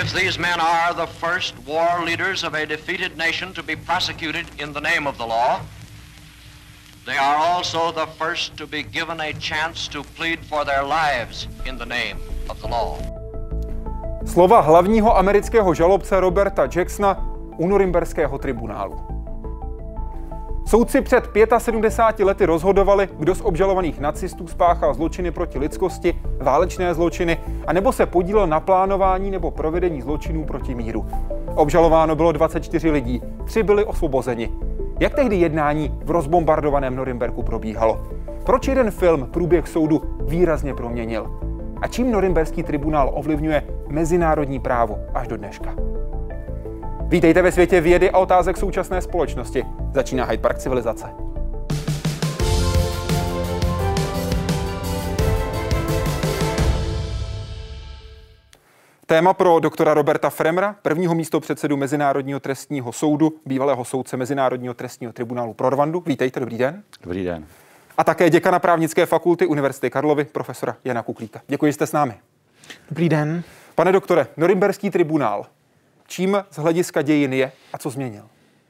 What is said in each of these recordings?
As these men are the first war leaders of a defeated nation to be prosecuted in the name of the law, they are also the first to be given a chance to plead for their lives in the name of the law. Slova hlavního amerického žalobce Roberta Jacksona u norimberského tribunálu. Soudci před 75 lety rozhodovali, kdo z obžalovaných nacistů spáchal zločiny proti lidskosti, válečné zločiny, anebo se podílel na plánování nebo provedení zločinů proti míru. Obžalováno bylo 24 lidí, 3 byli osvobozeni. Jak tehdy jednání v rozbombardovaném Norimberku probíhalo? Proč jeden film průběh soudu výrazně proměnil? A čím norimberský tribunál ovlivňuje mezinárodní právo až do dneška? Vítejte ve světě vědy a otázek současné společnosti. Začíná Hyde Park civilizace. Téma pro doktora Roberta Fremera, prvního místopředsedu Mezinárodního trestního soudu, bývalého soudce Mezinárodního trestního tribunálu pro Rwandu. Vítejte, dobrý den. Dobrý den. A také děkana právnické fakulty Univerzity Karlovy, profesora Jana Kuklíka. Děkuji, že jste s námi. Dobrý den. Pane doktore, norimberský tribunál, čím z hlediska dějin je a co změnil?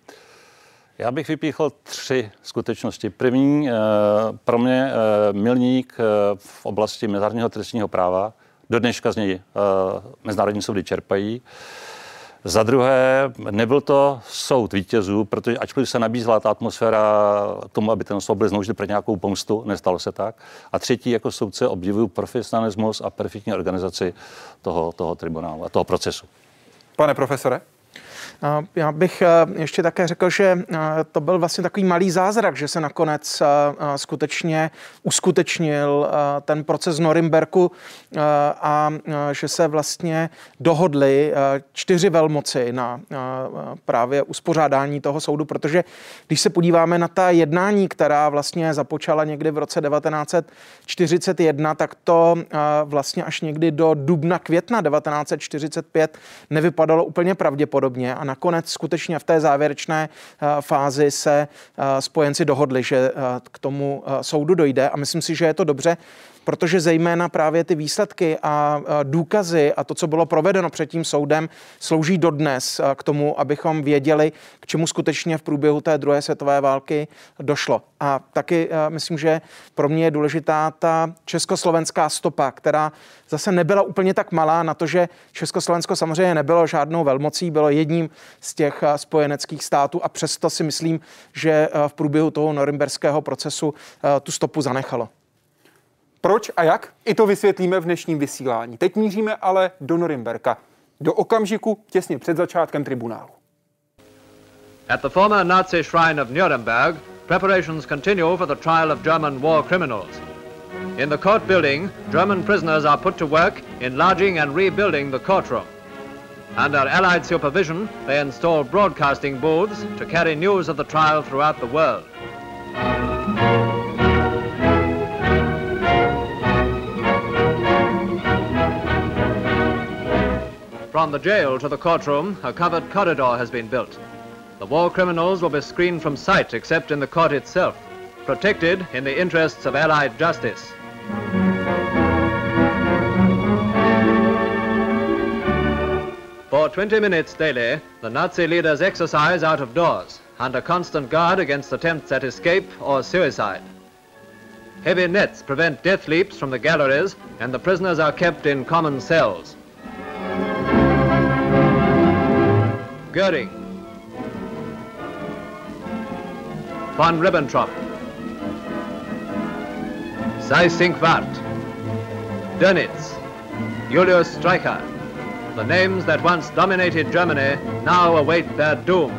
Já bych vypíchl 3 skutečnosti. První, pro mě milník v oblasti mezinárodního trestního práva. Do dneška z něj mezinárodní soudy čerpají. Za druhé, nebyl to soud vítězů, protože ačkoliv se nabízela ta atmosféra tomu, aby ten soud byl zneužit pro nějakou pomstu, nestalo se tak. A třetí, jako soudce obdivuju profesionalismus a perfektní organizaci toho tribunálu a toho procesu. Pane profesore? Já bych ještě také řekl, že to byl vlastně takový malý zázrak, že se nakonec skutečně uskutečnil ten proces v Norimberku a že se vlastně dohodly 4 velmoci na právě uspořádání toho soudu, protože když se podíváme na ta jednání, která vlastně započala někdy v roce 1941, tak to vlastně až někdy do dubna, května 1945 nevypadalo úplně pravděpodobně a nakonec skutečně v té závěrečné fázi se spojenci dohodli, že k tomu soudu dojde a myslím si, že je to dobře, protože zejména právě ty výsledky a důkazy a to, co bylo provedeno před tím soudem, slouží dodnes k tomu, abychom věděli, k čemu skutečně v průběhu té druhé světové války došlo. A taky myslím, že pro mě je důležitá ta československá stopa, která zase nebyla úplně tak malá na to, že Československo samozřejmě nebylo žádnou velmocí, bylo jedním z těch spojeneckých států a přesto si myslím, že v průběhu toho norimberského procesu tu stopu zanechalo. Proč a jak? I to vysvětlíme v dnešním vysílání. Teď míříme ale do Norimberka, do okamžiku těsně před začátkem tribunálu. At the former Nazi shrine of Nuremberg, preparations continue for the trial of German war criminals. In the court building, German prisoners are put to work enlarging and rebuilding the courtroom. Under Allied supervision, they install broadcasting booths to carry news of the trial throughout the world. From the jail to the courtroom, a covered corridor has been built. The war criminals will be screened from sight except in the court itself, protected in the interests of Allied justice. For 20 minutes daily, the Nazi leaders exercise out of doors, under constant guard against attempts at escape or suicide. Heavy nets prevent death leaps from the galleries, and the prisoners are kept in common cells. Göring, von Ribbentrop, Seyss-Inquart, Dönitz, Julius Streicher. The names that once dominated Germany now await their doom.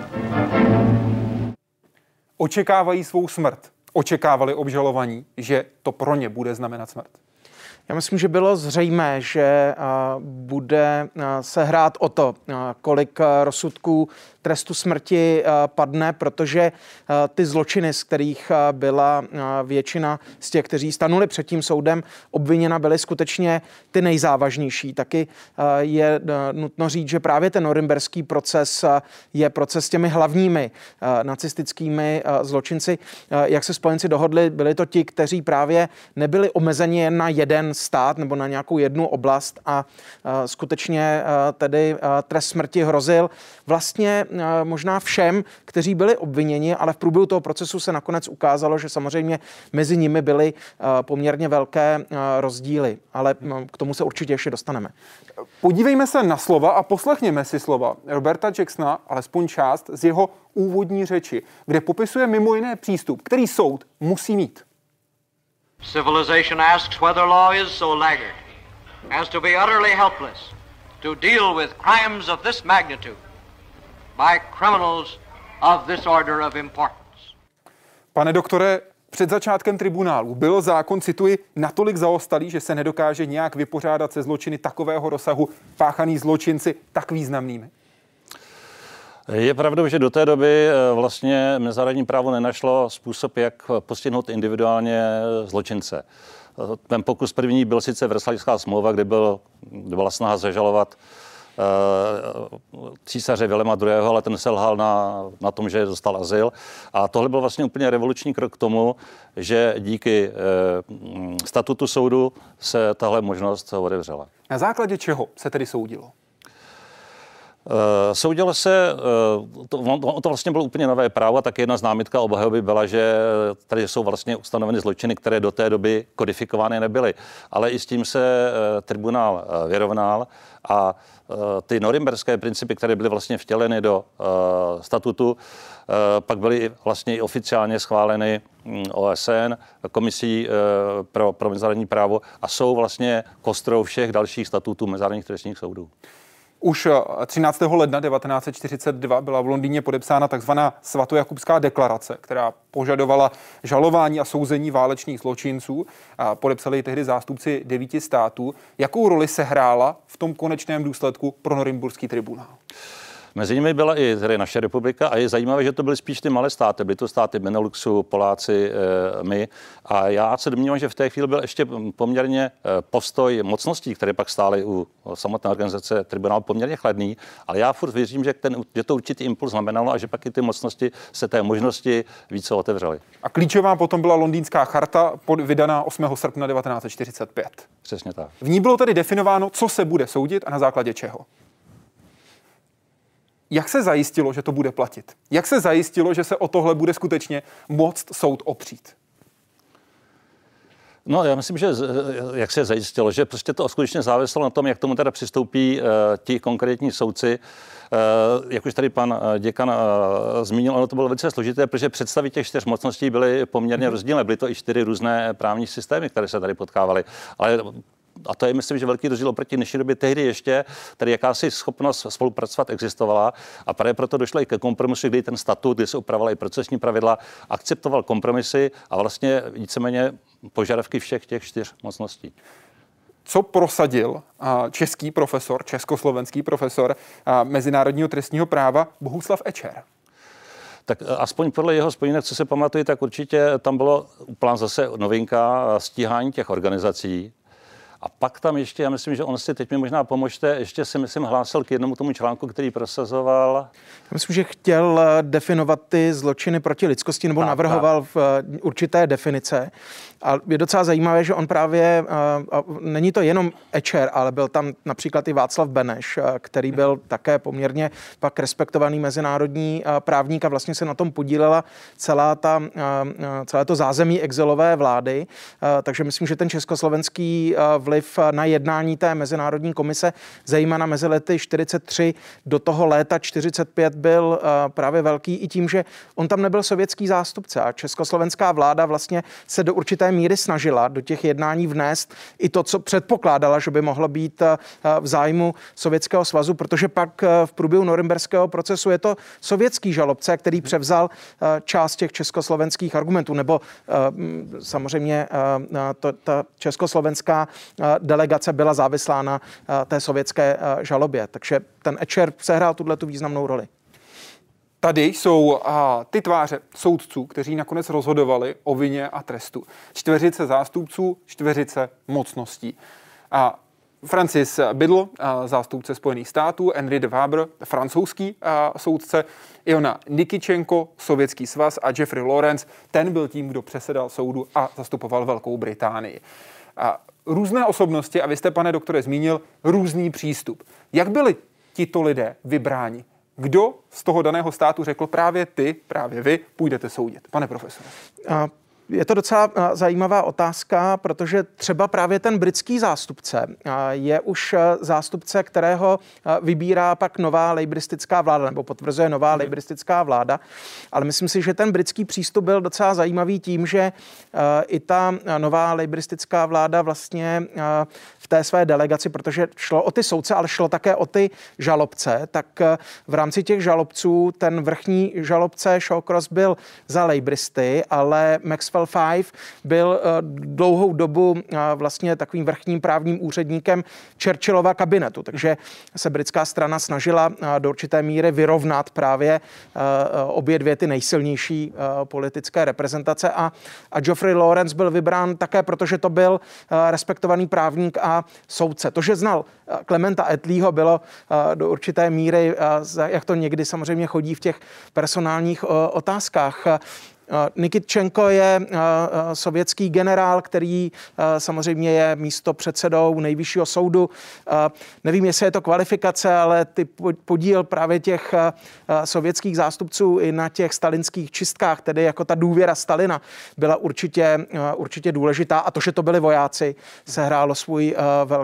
Očekávají svou smrt. Očekávali obžalovaní, že to pro ně bude znamenat smrt. Já myslím, že bylo zřejmé, že bude se hrát o to, kolik rozsudků trestu smrti padne, protože ty zločiny, z kterých byla většina z těch, kteří stanuli před tím soudem obviněna, byly skutečně ty nejzávažnější. Taky je nutno říct, že právě ten norimberský proces je proces s těmi hlavními nacistickými zločinci. Jak se spojenci dohodli, byli to ti, kteří právě nebyli omezeni jen na jeden jeden stát nebo na nějakou jednu oblast a skutečně tedy trest smrti hrozil vlastně možná všem, kteří byli obviněni, ale v průběhu toho procesu se nakonec ukázalo, že samozřejmě mezi nimi byly poměrně velké rozdíly, ale k tomu se určitě ještě dostaneme. Podívejme se na slova a poslechněme si slova Roberta Jacksona, alespoň část z jeho úvodní řeči, kde popisuje mimo jiné přístup, který soud musí mít. Civilization asks whether law is so laggard as to be utterly helpless to deal with crimes of this magnitude by criminals of this order of importance. Pane doktore, před začátkem tribunálu byl zákon, cituji, natolik zaostalý, že se nedokáže nějak vypořádat se zločiny takového rozsahu páchaný zločinci tak významnými. Je pravdou, že do té doby vlastně mezinárodní právo nenašlo způsob, jak postihnout individuálně zločince. Ten pokus první byl sice Versailleská smlouva, kde byla snaha zažalovat císaře Vilema II., ale ten selhal na tom, že dostal azyl. A tohle byl vlastně úplně revoluční krok k tomu, že díky statutu soudu se tahle možnost otevřela. Na základě čeho se tedy soudilo? Soudilo se, to vlastně bylo úplně nové právo, tak jedna z námitka obhajoby byla, že tady jsou vlastně ustanoveny zločiny, které do té doby kodifikovány nebyly. Ale i s tím se tribunál vyrovnal a ty norimberské principy, které byly vlastně vtěleny do statutu, pak byly vlastně i oficiálně schváleny OSN, komisí pro mezinárodní právo a jsou vlastně kostrou všech dalších statutů mezinárodních trestních soudů. Už 13. ledna 1942 byla v Londýně podepsána takzvaná svatojakubská deklarace, která požadovala žalování a souzení válečných zločinců. Podepsali ji tehdy zástupci 9 států. Jakou roli se hrála v tom konečném důsledku pro norimburský tribunál? Mezi nimi byla i tady naše republika a je zajímavé, že to byly spíš ty malé státy. Byly to státy Beneluxu, Poláci, my. A já se domnívám, že v té chvíli byl ještě poměrně postoj mocností, které pak stály u samotné organizace tribunálu, poměrně chladný. Ale já furt věřím, že to určitý impuls znamenalo a že pak i ty mocnosti se té možnosti více otevřely. A klíčová potom byla Londýnská charta, vydaná 8. srpna 1945. Přesně tak. V ní bylo tedy definováno, co se bude soudit a na základě čeho. Jak se zajistilo, že to bude platit? Jak se zajistilo, že se o tohle bude skutečně moct soud opřít? No, já myslím, že jak se zajistilo, že prostě to skutečně záviselo na tom, jak tomu teda přistoupí ti konkrétní soudci. Jak už tady pan děkan zmínil, ono to bylo velice složité, protože představy těch 4 mocností byly poměrně rozdílné. Byly to i 4 různé právní systémy, které se tady potkávaly. Ale a to je, myslím, že velký rozdíl oproti dnešní době. Tehdy ještě tady jakási schopnost spolupracovat existovala a právě proto došlo i ke kompromisu, kdy ten statut, kdy se upravovala i procesní pravidla, akceptoval kompromisy a vlastně víceméně požadavky všech těch 4 mocností. Co prosadil český profesor, československý profesor mezinárodního trestního práva Bohuslav Ečer? Tak aspoň podle jeho vzpomínek, co se pamatuju, tak určitě tam bylo plán zase novinka stíhání těch organizací. A pak tam ještě, já myslím, že on si teď mi možná pomožte, ještě si myslím hlásil k jednomu tomu článku, který prosazoval. Já myslím, že chtěl definovat ty zločiny proti lidskosti nebo navrhoval v určité definice. A je docela zajímavé, že on právě, není to jenom Ečer, ale byl tam například i Václav Beneš, který byl také poměrně pak respektovaný mezinárodní právník a vlastně se na tom podílela celé to zázemí exilové vlády. Takže myslím, že ten československý vliv na jednání té mezinárodní komise, zejména mezi lety 43 do toho léta 45 byl právě velký i tím, že on tam nebyl sovětský zástupce a československá vláda vlastně se do určité míry snažila do těch jednání vnést i to, co předpokládala, že by mohlo být v zájmu Sovětského svazu, protože pak v průběhu norimberského procesu je to sovětský žalobce, který převzal část těch československých argumentů, nebo samozřejmě ta československá delegace byla závislá na té sovětské žalobě. Takže ten Ečer sehrál tu významnou roli. Tady jsou ty tváře soudců, kteří nakonec rozhodovali o vině a trestu. 4 zástupců, 4 mocností. Francis Biddle, zástupce Spojených států, Henry de Waber, francouzský soudce, Iona Nikičenko, Sovětský svaz a Jeffrey Lawrence, ten byl tím, kdo předsedal soudu a zastupoval Velkou Británii. Různé osobnosti, a vy jste, pane doktore, zmínil různý přístup. Jak byli tito lidé vybráni? Kdo z toho daného státu řekl právě ty, právě vy půjdete soudit? Pane profesore. Je to docela zajímavá otázka, protože třeba právě ten britský zástupce je už zástupce, kterého vybírá pak nová lejbristická vláda, nebo potvrzuje nová lejbristická vláda. Ale myslím si, že ten britský přístup byl docela zajímavý tím, že i ta nová lejbristická vláda vlastně v té své delegaci, protože šlo o ty soudce, ale šlo také o ty žalobce, tak v rámci těch žalobců ten vrchní žalobce Shawcross byl za lejbristy, ale Maxwell Five byl dlouhou dobu vlastně takovým vrchním právním úředníkem Churchillova kabinetu, takže se britská strana snažila do určité míry vyrovnat právě obě dvě ty nejsilnější politické reprezentace a Geoffrey Lawrence byl vybrán také, protože to byl respektovaný právník a soudce. To, že znal Clementa Attleeho, bylo do určité míry, jak to někdy samozřejmě chodí v těch personálních otázkách. Nikitčenko je sovětský generál, který samozřejmě je místopředsedou nejvyššího soudu. Nevím, jestli je to kvalifikace, ale ty podíl právě těch sovětských zástupců i na těch stalinských čistkách, tedy jako ta důvěra Stalina, byla určitě důležitá a to, že to byli vojáci, sehrálo svůj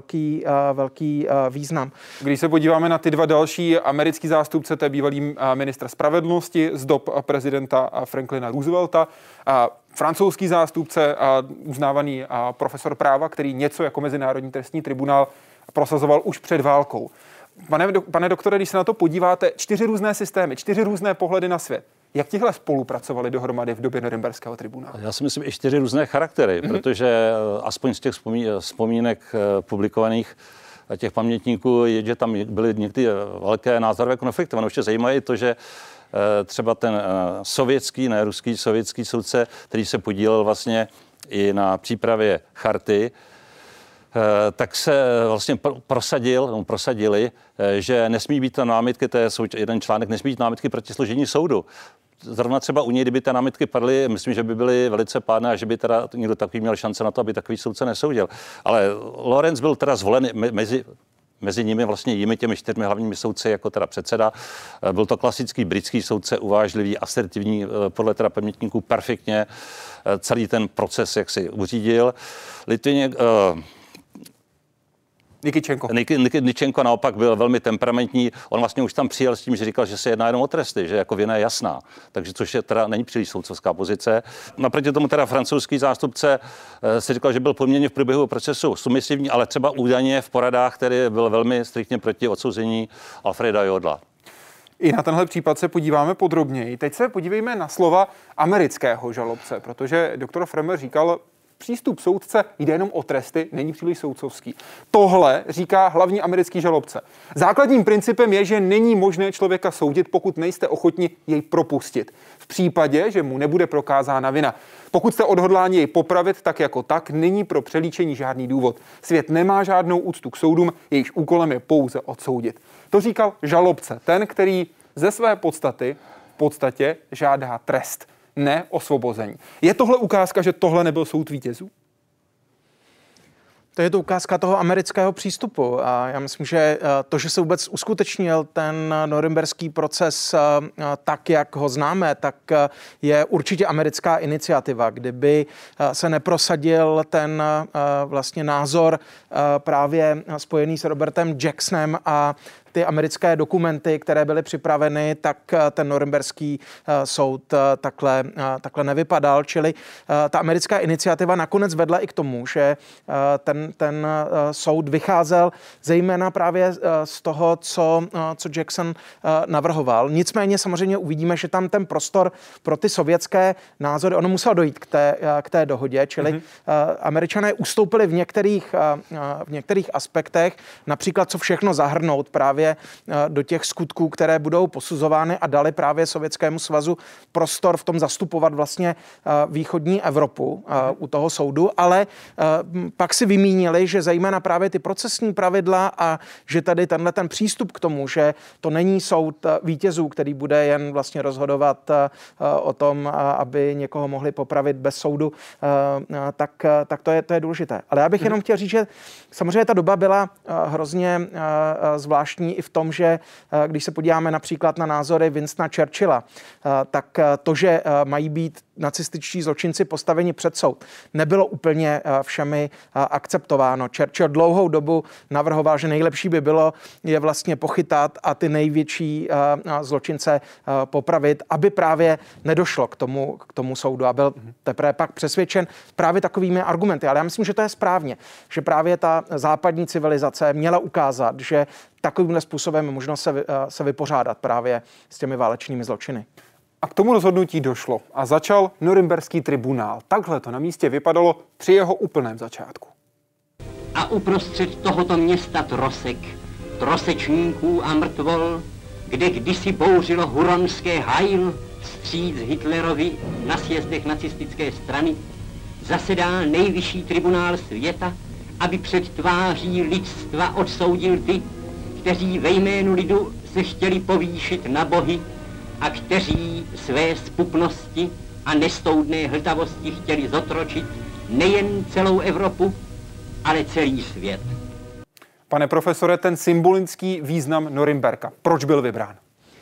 velký význam. Když se podíváme na ty dva další americký zástupce, to je bývalý ministr spravedlnosti z dob prezidenta Franklina Roosevelta, francouzský zástupce a uznávaný profesor práva, který něco jako Mezinárodní trestní tribunál prosazoval už před válkou. Pane doktore, když se na to podíváte, 4 různé systémy, 4 různé pohledy na svět. Jak tihle spolupracovali dohromady v době Norimberského tribunálu? Já si myslím i 4 různé charaktery, protože aspoň z těch vzpomínek publikovaných těch pamětníků je, že tam byly někdy velké názorové konflikty. Ono ještě zajímavé je to, že třeba ten sovětský, ne ruský, sovětský soudce, který se podílel vlastně i na přípravě charty, tak se vlastně prosadili, že nesmí být námitky, to je jeden článek, nesmí být námitky proti složení soudu. Zrovna třeba u něj, kdyby ty námitky padly, myslím, že by byly velice pádné a že by teda někdo takový měl šance na to, aby takový soudce nesoudil. Ale Lawrence byl teda zvolen mezi nimi vlastně jimi těmi 4 hlavními soudci jako teda předseda. Byl to klasický britský soudce, uvážlivý, asertivní, podle teda pamětníků perfektně celý ten proces, jak si uřídil. Nikitčenko naopak byl velmi temperamentní. On vlastně už tam přijel s tím, že říkal, že se jedná jenom o tresty, že jako vina je jasná. Takže což je teda není příliš soudcovská pozice. Naproti tomu teda francouzský zástupce si říkal, že byl poměrně v průběhu procesu submisivní, ale třeba údajně v poradách, který byl velmi striktně proti odsouzení Alfreda Jodla. I na tenhle případ se podíváme podrobněji. Teď se podívejme na slova amerického žalobce, protože doktor Fremer říkal, přístup soudce jde jenom o tresty, není příliš soudcovský. Tohle říká hlavní americký žalobce. Základním principem je, že není možné člověka soudit, pokud nejste ochotni jej propustit. V případě, že mu nebude prokázána vina. Pokud jste odhodláni jej popravit tak jako tak, není pro přelíčení žádný důvod. Svět nemá žádnou úctu k soudům, jejichž úkolem je pouze odsoudit. To říkal žalobce, ten, který ze své podstatě žádá trest, ne osvobození. Je tohle ukázka, že tohle nebyl soud vítězů? To je to ukázka toho amerického přístupu. A já myslím, že to, že se vůbec uskutečnil ten norimberský proces tak, jak ho známe, tak je určitě americká iniciativa. Kdyby se neprosadil ten vlastně názor právě spojený s Robertem Jacksonem a ty americké dokumenty, které byly připraveny, tak ten norimberský soud takhle nevypadal. Čili ta americká iniciativa nakonec vedla i k tomu, že ten soud vycházel zejména právě z toho, co Jackson navrhoval. Nicméně samozřejmě uvidíme, že tam ten prostor pro ty sovětské názory, ono muselo dojít k té dohodě, čili Američané ustoupili v některých aspektech, například co všechno zahrnout právě právě do těch skutků, které budou posuzovány a dali právě Sovětskému svazu prostor v tom zastupovat vlastně východní Evropu u toho soudu, ale pak si vymínili, že zejména právě ty procesní pravidla a že tady tenhle ten přístup k tomu, že to není soud vítězů, který bude jen vlastně rozhodovat o tom, aby někoho mohli popravit bez soudu, tak to je důležité. Ale já bych jenom chtěl říct, že samozřejmě ta doba byla hrozně zvláštní i v tom, že když se podíváme například na názory Winstona Churchilla, tak to, že mají být nacističtí zločinci postaveni před soud, nebylo úplně všemi akceptováno. Churchill dlouhou dobu navrhoval, že nejlepší by bylo je vlastně pochytat a ty největší zločince popravit, aby právě nedošlo k tomu soudu a byl teprve pak přesvědčen právě takovými argumenty. Ale já myslím, že to je správně, že právě ta západní civilizace měla ukázat, že takovýmhle způsobem je možno se vypořádat právě s těmi válečnými zločiny. A k tomu rozhodnutí došlo a začal Norimberský tribunál. Takhle to na místě vypadalo při jeho úplném začátku. A uprostřed tohoto města trosek, trosečníků a mrtvol, kde kdysi bouřilo huronské hajl vstříc Hitlerovi na sjezdech nacistické strany, zasedá nejvyšší tribunál světa, aby před tváří lidstva odsoudil ty, kteří ve jménu lidu se chtěli povýšit na bohy a kteří své zpupnosti a nestoudné hltavosti chtěli zotročit nejen celou Evropu, ale celý svět. Pane profesore, ten symbolický význam Norimberka, proč byl vybrán?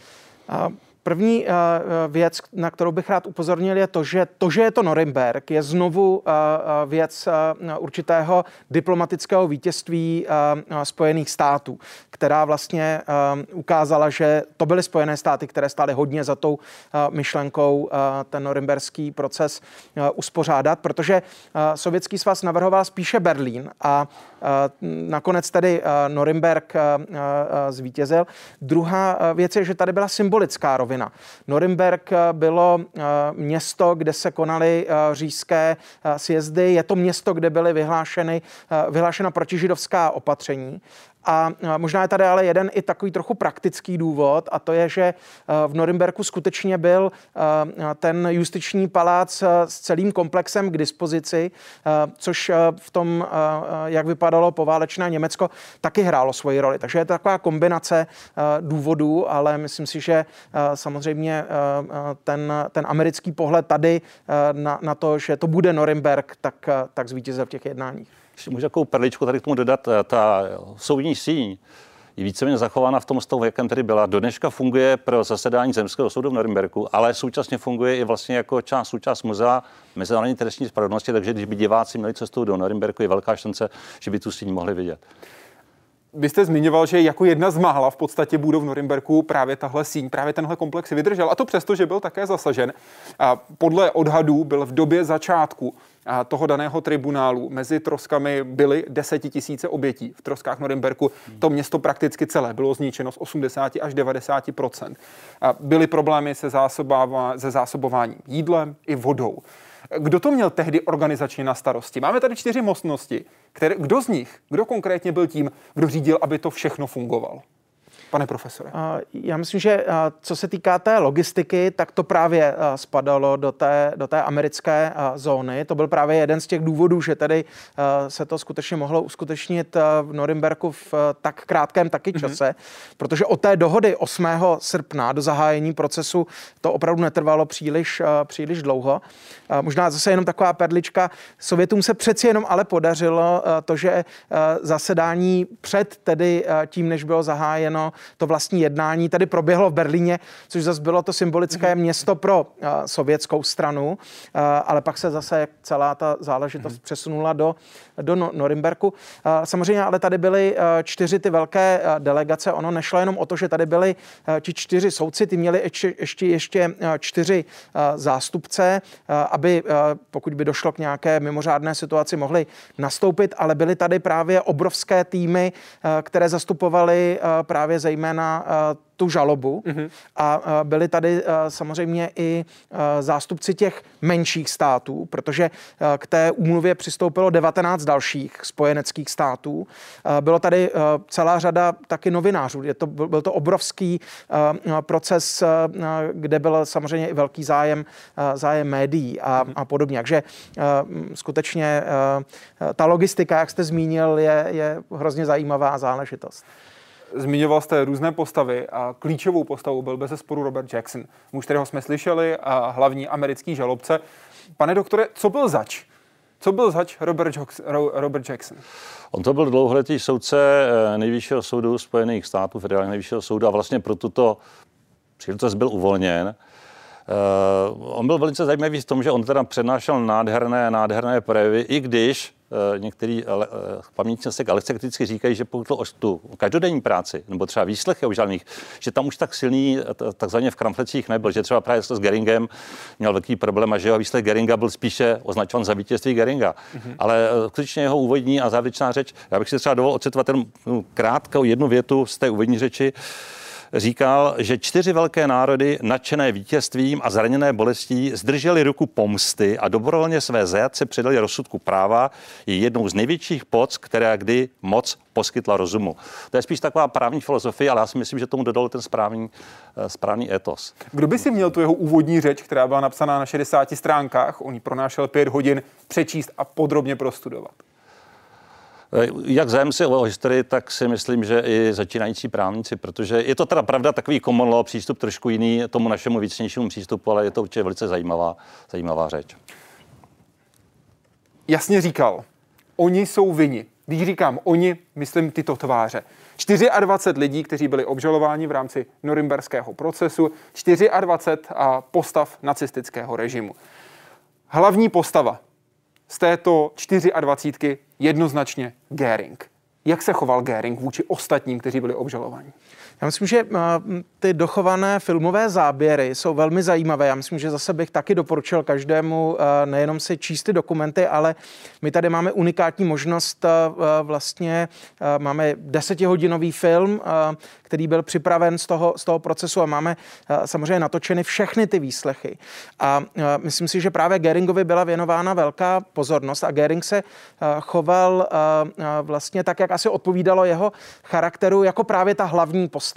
První věc, na kterou bych rád upozornil, je to, že je to Norimberk, je znovu věc určitého diplomatického vítězství Spojených států, která vlastně ukázala, že to byly Spojené státy, které stály hodně za tou myšlenkou ten norimberský proces uspořádat, protože Sovětský svaz navrhoval spíše Berlín a nakonec tedy Norimberk zvítězil. Druhá věc je, že tady byla symbolická rovina. Norimberk bylo město, kde se konaly říšské sjezdy. Je to město, kde byly vyhlášena protižidovská opatření. A možná je tady ale jeden i takový trochu praktický důvod, a to je, že v Norimberku skutečně byl ten justiční palác s celým komplexem k dispozici, což v tom, jak vypadalo poválečné Německo, taky hrálo svoji roli. Takže je to taková kombinace důvodů, ale myslím si, že samozřejmě ten americký pohled tady na to, že to bude Norimberk, tak zvítězil v těch jednáních. Můžu takovou perličku tady k tomu dodat, ta soudní síň je víceméně zachována v tom stavu, jakém tady byla. Do dneška funguje pro zasedání zemského soudu v Norimberku, ale současně funguje i vlastně jako součást muzea Mezinárodní trestní spravedlnosti, takže když by diváci měli cestu do Norimberku, je velká šance, že by tu síň mohli vidět. Vy jste zmiňoval, že jako jedna z mála v podstatě budov v Norimberku právě tahle síň, právě tenhle komplex vydržel. A to přesto, že byl také zasažen. A podle odhadů byl v době začátku toho daného tribunálu mezi troskami byly 10 000 obětí. V troskách Norimberku to město prakticky celé bylo zničeno z 80 až 90%. A byly problémy se zásobováním jídlem i vodou. Kdo to měl tehdy organizačně na starosti? Máme tady 4 mostnosti. Kdo z nich, kdo konkrétně byl tím, kdo řídil, aby to všechno fungovalo? Pane profesore. Já myslím, že co se týká té logistiky, tak to právě spadalo do té americké zóny. To byl právě jeden z těch důvodů, že tady se to skutečně mohlo uskutečnit v Norimberku v tak krátkém taky čase, protože od té dohody 8. srpna do zahájení procesu to opravdu netrvalo příliš dlouho. Možná zase jenom taková perlička. Sovětům se přeci jenom ale podařilo to, že zasedání před tedy tím, než bylo zahájeno to vlastní jednání, tady proběhlo v Berlíně, což zase bylo to symbolické město pro sovětskou stranu, ale pak se zase celá ta záležitost přesunula do Norimberku. Samozřejmě, ale tady byly 4 ty velké delegace. Ono nešlo jenom o to, že tady byli ti 4 soudci, ty měli ještě 4 zástupce, aby pokud by došlo k nějaké mimořádné situaci, mohli nastoupit, ale byly tady právě obrovské týmy, které zastupovaly právě zejména tu žalobu a byli tady samozřejmě i zástupci těch menších států, protože k té úmluvě přistoupilo 19 dalších spojeneckých států. Bylo tady celá řada taky novinářů. Byl to obrovský proces, kde byl samozřejmě i velký zájem médií a podobně. Takže skutečně ta logistika, jak jste zmínil, je hrozně zajímavá záležitost. Zmiňoval jste různé postavy a klíčovou postavou byl bezesporu Robert Jackson. Muž, kterého jsme slyšeli, a hlavní americký žalobce. Pane doktore, co byl zač? Co byl zač Robert Jackson? On to byl dlouholetý soudce Nejvyššího soudu Spojených států, federálního Nejvyššího soudu, a vlastně pro tuto příležitost byl uvolněn. On byl velice zajímavý v tom, že on teda přednášel nádherné projevy, i když některý pamětníci Alexe kriticky říkají, že pokud o tu každodenní práci, nebo třeba výslechy obžalovaných, že tam už tak silný takzvaně v kramflecích nebyl, že třeba právě s Göringem měl velký problém a že jeho výslech Göringa byl spíše označován za vítězství Göringa. Ale skutečně jeho úvodní a závěrečná řeč, já bych si třeba dovolil ocitovat krátkou jednu větu z té úvodní řeči. Říkal, že 4 velké národy nadšené vítězstvím a zraněné bolestí zdrželi ruku pomsty a dobrovolně své zajatce předali rozsudku práva, je jednou z největších poc, která kdy moc poskytla rozumu. To je spíš taková právní filozofie, ale já si myslím, že tomu dodal ten správný etos. Kdo by si měl tu jeho úvodní řeč, která byla napsaná na 60 stránkách, on ji pronášel 5 hodin, přečíst a podrobně prostudovat? Jak zájemci o historii, tak si myslím, že i začínající právníci, protože je to teda pravda takový common law přístup trošku jiný tomu našemu věcnějšímu přístupu, ale je to určitě velice zajímavá řeč. Jasně říkal, oni jsou vinni. Když říkám oni, myslím tyto tváře. 24 lidí, kteří byli obžalováni v rámci norimberského procesu, 24 postav nacistického režimu. Hlavní postava z této 24 jednoznačně Göring. Jak se choval Göring vůči ostatním, kteří byli obžalováni? Já myslím, že ty dochované filmové záběry jsou velmi zajímavé. Já myslím, že zase bych taky doporučil každému nejenom si číst ty dokumenty, ale my tady máme unikátní možnost, vlastně máme 10hodinový film, který byl připraven z toho procesu a máme samozřejmě natočeny všechny ty výslechy. A myslím si, že právě Göringovi byla věnována velká pozornost a Göring se choval vlastně tak, jak asi odpovídalo jeho charakteru, jako právě ta hlavní postava.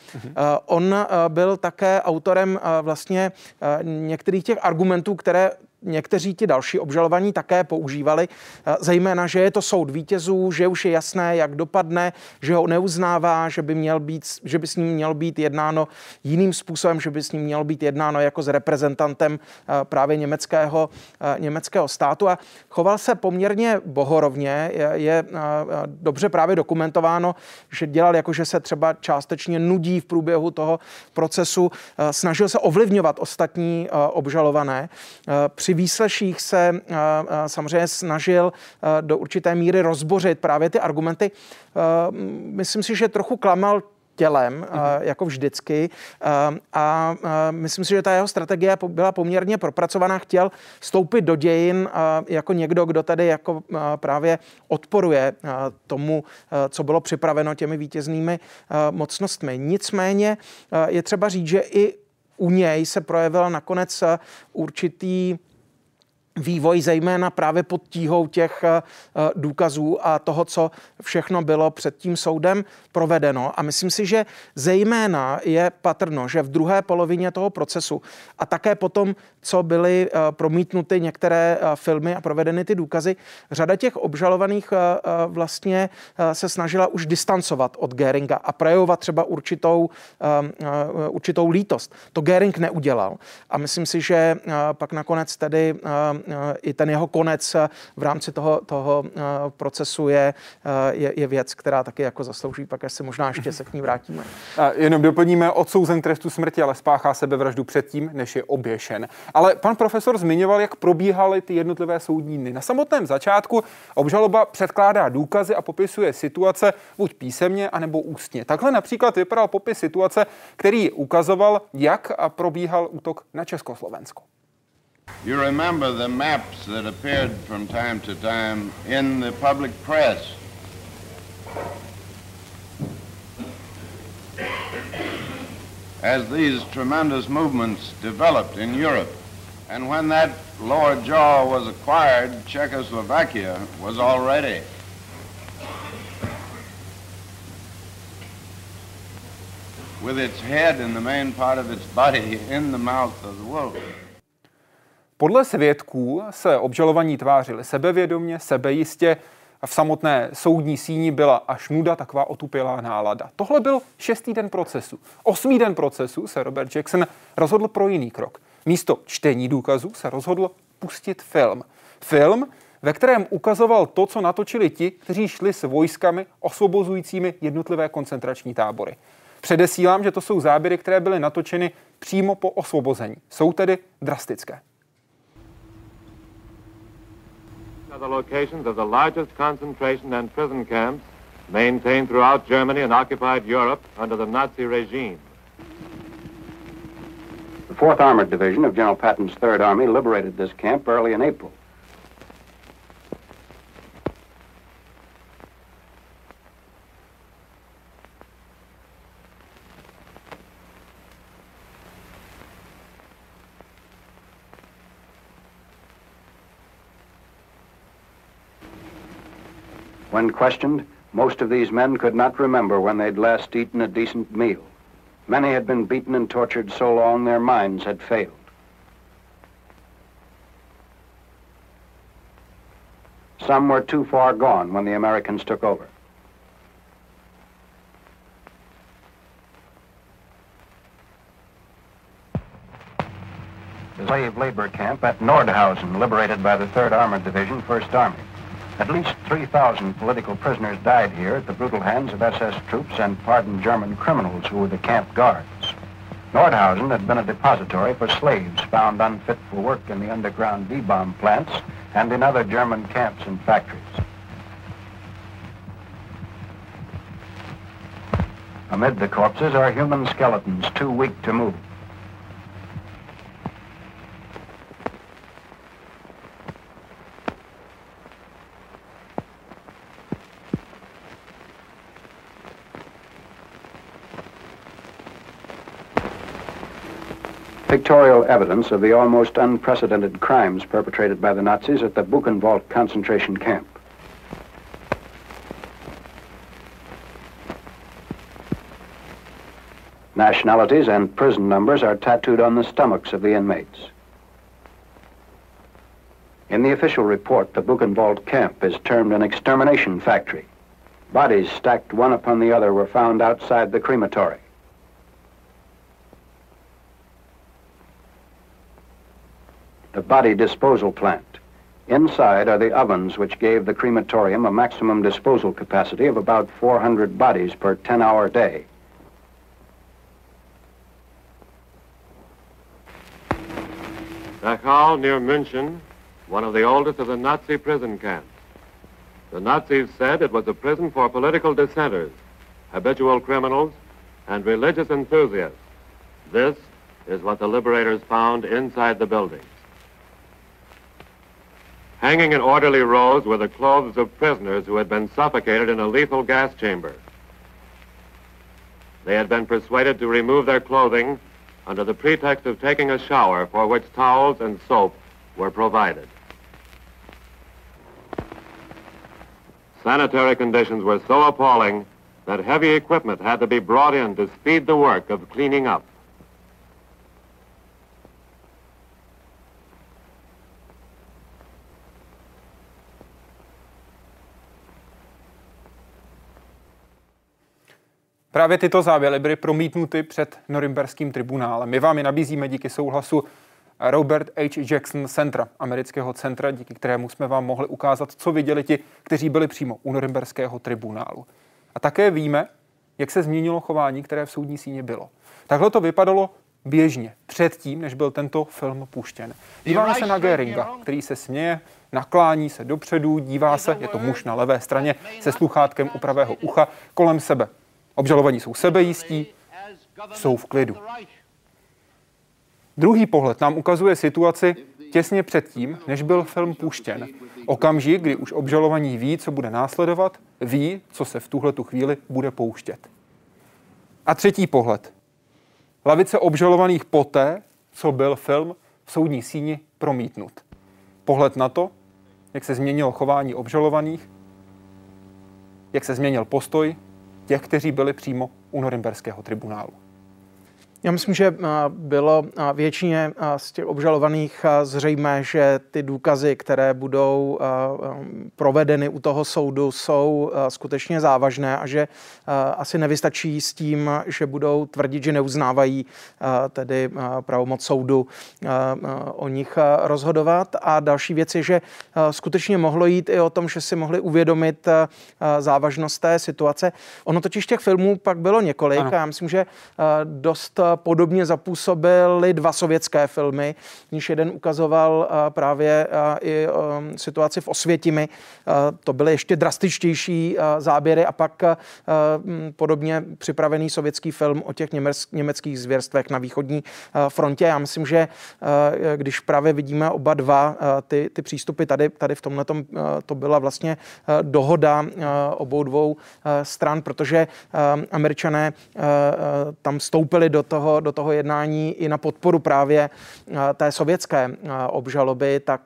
On byl také autorem vlastně některých těch argumentů, které někteří ti další obžalovaní také používali, zejména, že je to soud vítězů, že už je jasné, jak dopadne, že ho neuznává, že by s ním mělo být jednáno jiným způsobem, že by s ním mělo být jednáno jako s reprezentantem právě německého státu a choval se poměrně bohorovně. Je dobře právě dokumentováno, že dělal jako, že se třeba částečně nudí v průběhu toho procesu, snažil se ovlivňovat ostatní obžalované. Při výsleších se samozřejmě snažil do určité míry rozbořit právě ty argumenty. Myslím si, že trochu klamal tělem, jako vždycky. A myslím si, že ta jeho strategie byla poměrně propracovaná. Chtěl vstoupit do dějin jako někdo, kdo tady jako právě odporuje tomu, co bylo připraveno těmi vítěznými mocnostmi. Nicméně je třeba říct, že i u něj se projevil nakonec určitý vývoj, zejména právě pod tíhou těch důkazů a toho, co všechno bylo před tím soudem provedeno. A myslím si, že zejména je patrno, že v druhé polovině toho procesu a také potom, co byly promítnuty některé filmy a provedeny ty důkazy, řada těch obžalovaných vlastně se snažila už distancovat od Göringa a projevovat třeba určitou lítost. To Göring neudělal. A myslím si, že pak nakonec tedy i ten jeho konec v rámci toho procesu je věc, která taky jako zaslouží, pak až se možná ještě se k ní vrátíme. A jenom doplníme, odsouzen k trestu smrti, ale spáchá sebevraždu předtím, než je oběšen. Ale pan profesor zmiňoval, jak probíhaly ty jednotlivé soudní dny. Na samotném začátku obžaloba předkládá důkazy a popisuje situace buď písemně, anebo ústně. Takhle například vypadal popis situace, který ukazoval, jak probíhal útok na Československo. You remember the maps that appeared from time to time in the public press. as these tremendous movements developed in Europe. And when that lower jaw was acquired, Czechoslovakia was all ready. With its head and the main part of its body in the mouth of the wolf. Podle svědků se obžalovaní tvářili sebevědomě, sebejistě. V samotné soudní síni byla až nuda, taková otupělá nálada. Tohle byl 6. den procesu. 8. den procesu se Robert Jackson rozhodl pro jiný krok. Místo čtení důkazů se rozhodl pustit film. Film, ve kterém ukazoval to, co natočili ti, kteří šli s vojskami osvobozujícími jednotlivé koncentrační tábory. Předesílám, že to jsou záběry, které byly natočeny přímo po osvobození. Jsou tedy drastické. The locations of the largest concentration and prison camps maintained throughout Germany and occupied Europe under the Nazi regime. The 4th Armored Division of General Patton's 3rd Army liberated this camp early in April. When questioned, most of these men could not remember when they'd last eaten a decent meal. Many had been beaten and tortured so long their minds had failed. Some were too far gone when the Americans took over. The slave labor camp at Nordhausen, liberated by the 3rd Armored Division, 1st Army. At least 3,000 political prisoners died here at the brutal hands of SS troops and pardoned German criminals who were the camp guards. Nordhausen had been a depository for slaves found unfit for work in the underground V-bomb plants and in other German camps and factories. Amid the corpses are human skeletons too weak to move. Pictorial evidence of the almost unprecedented crimes perpetrated by the Nazis at the Buchenwald concentration camp. Nationalities and prison numbers are tattooed on the stomachs of the inmates. In the official report, the Buchenwald camp is termed an extermination factory. Bodies stacked one upon the other were found outside the crematory. The body disposal plant. Inside are the ovens which gave the crematorium a maximum disposal capacity of about 400 bodies per 10-hour day. Dachau, near München, one of the oldest of the Nazi prison camps. The Nazis said it was a prison for political dissenters, habitual criminals, and religious enthusiasts. This is what the liberators found inside the building. Hanging in orderly rows were the clothes of prisoners who had been suffocated in a lethal gas chamber. They had been persuaded to remove their clothing under the pretext of taking a shower, for which towels and soap were provided. Sanitary conditions were so appalling that heavy equipment had to be brought in to speed the work of cleaning up. Právě tyto závěry byly promítnuty před norimberským tribunálem. My vám je nabízíme díky souhlasu Robert H. Jackson Centra, amerického centra, díky kterému jsme vám mohli ukázat, co viděli ti, kteří byli přímo u norimberského tribunálu. A také víme, jak se změnilo chování, které v soudní síni bylo. Takhle to vypadalo běžně, předtím, než byl tento film puštěn. Díváme se na Göringa, který se směje, naklání se dopředu, dívá se, je to muž na levé straně se sluchátkem u pravého ucha, kolem sebe. Obžalovaní jsou sebejistí, jsou v klidu. Druhý pohled nám ukazuje situaci těsně předtím, než byl film puštěn. Okamžik, kdy už obžalovaní ví, co bude následovat, ví, co se v tuhletu chvíli bude pouštět. A třetí pohled. lavice obžalovaných poté, co byl film v soudní síni promítnut. Pohled na to, jak se změnilo chování obžalovaných, jak se změnil postoj těch, kteří byli přímo u norimberského tribunálu. Já myslím, že bylo většině z těch obžalovaných zřejmé, že ty důkazy, které budou provedeny u toho soudu, jsou skutečně závažné a že asi nevystačí s tím, že budou tvrdit, že neuznávají tedy pravomoc soudu o nich rozhodovat. A další věc je, že skutečně mohlo jít i o tom, že si mohli uvědomit závažnost té situace. Ono totiž těch filmů pak bylo několik a já myslím, že dost podobně zapůsobily dva sovětské filmy, když jeden ukazoval právě i situaci v Osvětimi. To byly ještě drastičtější záběry a pak podobně připravený sovětský film o těch německých zvěrstvech na východní frontě. Já myslím, že když právě vidíme oba dva ty přístupy tady v tomhletom, to byla vlastně dohoda obou dvou stran, protože Američané tam vstoupili do toho jednání i na podporu právě té sovětské obžaloby, tak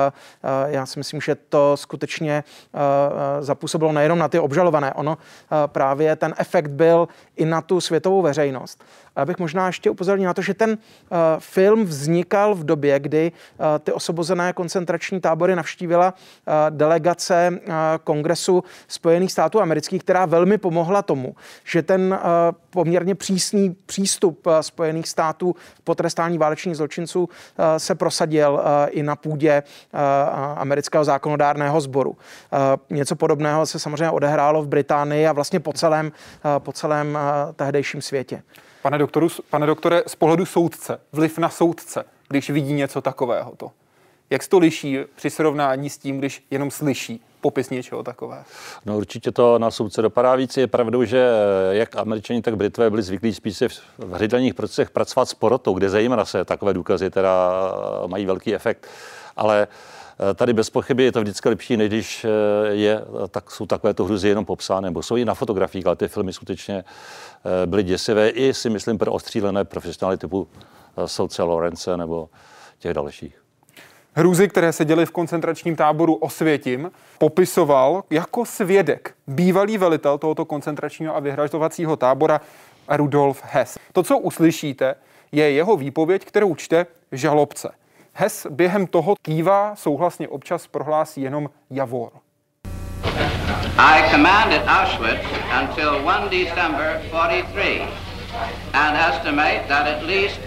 já si myslím, že to skutečně zapůsobilo nejenom na ty obžalované. Ono právě ten efekt byl i na tu světovou veřejnost. A já bych možná ještě upozornil na to, že ten film vznikal v době, kdy ty osvobozené koncentrační tábory navštívila delegace Kongresu Spojených států amerických, která velmi pomohla tomu, že ten poměrně přísný přístup Spojených států k potrestání válečných zločinců se prosadil i na půdě amerického zákonodárného sboru. Něco podobného se samozřejmě odehrálo v Británii a vlastně po celém tehdejším světě. Pane doktore, z pohledu soudce, vliv na soudce, když vidí něco takového, jak se to liší při srovnání s tím, když jenom slyší popis něčeho takového? No určitě to na soudce dopadá víc. Je pravdou, že jak Američani, tak Britové byli zvyklí spíše v hřidelních procesech pracovat s porotou, kde zejména se takové důkazy teda mají velký efekt. Ale tady bez pochyby je to vždycky lepší, než když jsou takovéto hruzy jenom popsány, nebo jsou i na fotografiích, ale ty filmy skutečně byly děsivé i si myslím pro ostřílené profesionály typu soudce Lawrence nebo těch dalších. Hrůzy, které se děly v koncentračním táboru Osvětim, popisoval jako svědek bývalý velitel tohoto koncentračního a vyhražďovacího tábora Rudolf Hess. To, co uslyšíte, je jeho výpověď, kterou čte žalobce. Hess během toho kývá, souhlasně občas prohlásí jenom javor. I commanded Auschwitz until 1 December 43 and estimate that at least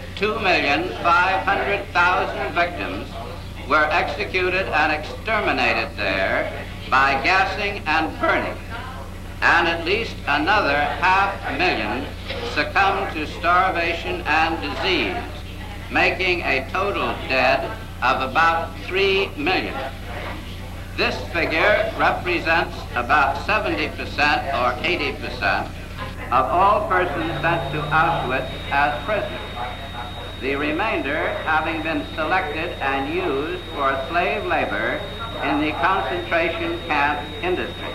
2,500,000 victims were executed and exterminated there by gassing and burning, and at least another 500,000 succumbed to starvation and disease, making a total dead of about 3 million. This figure represents about 70% or 80% of all persons sent to Auschwitz as prisoners, the remainder having been selected and used for slave labor in the concentration camp industry.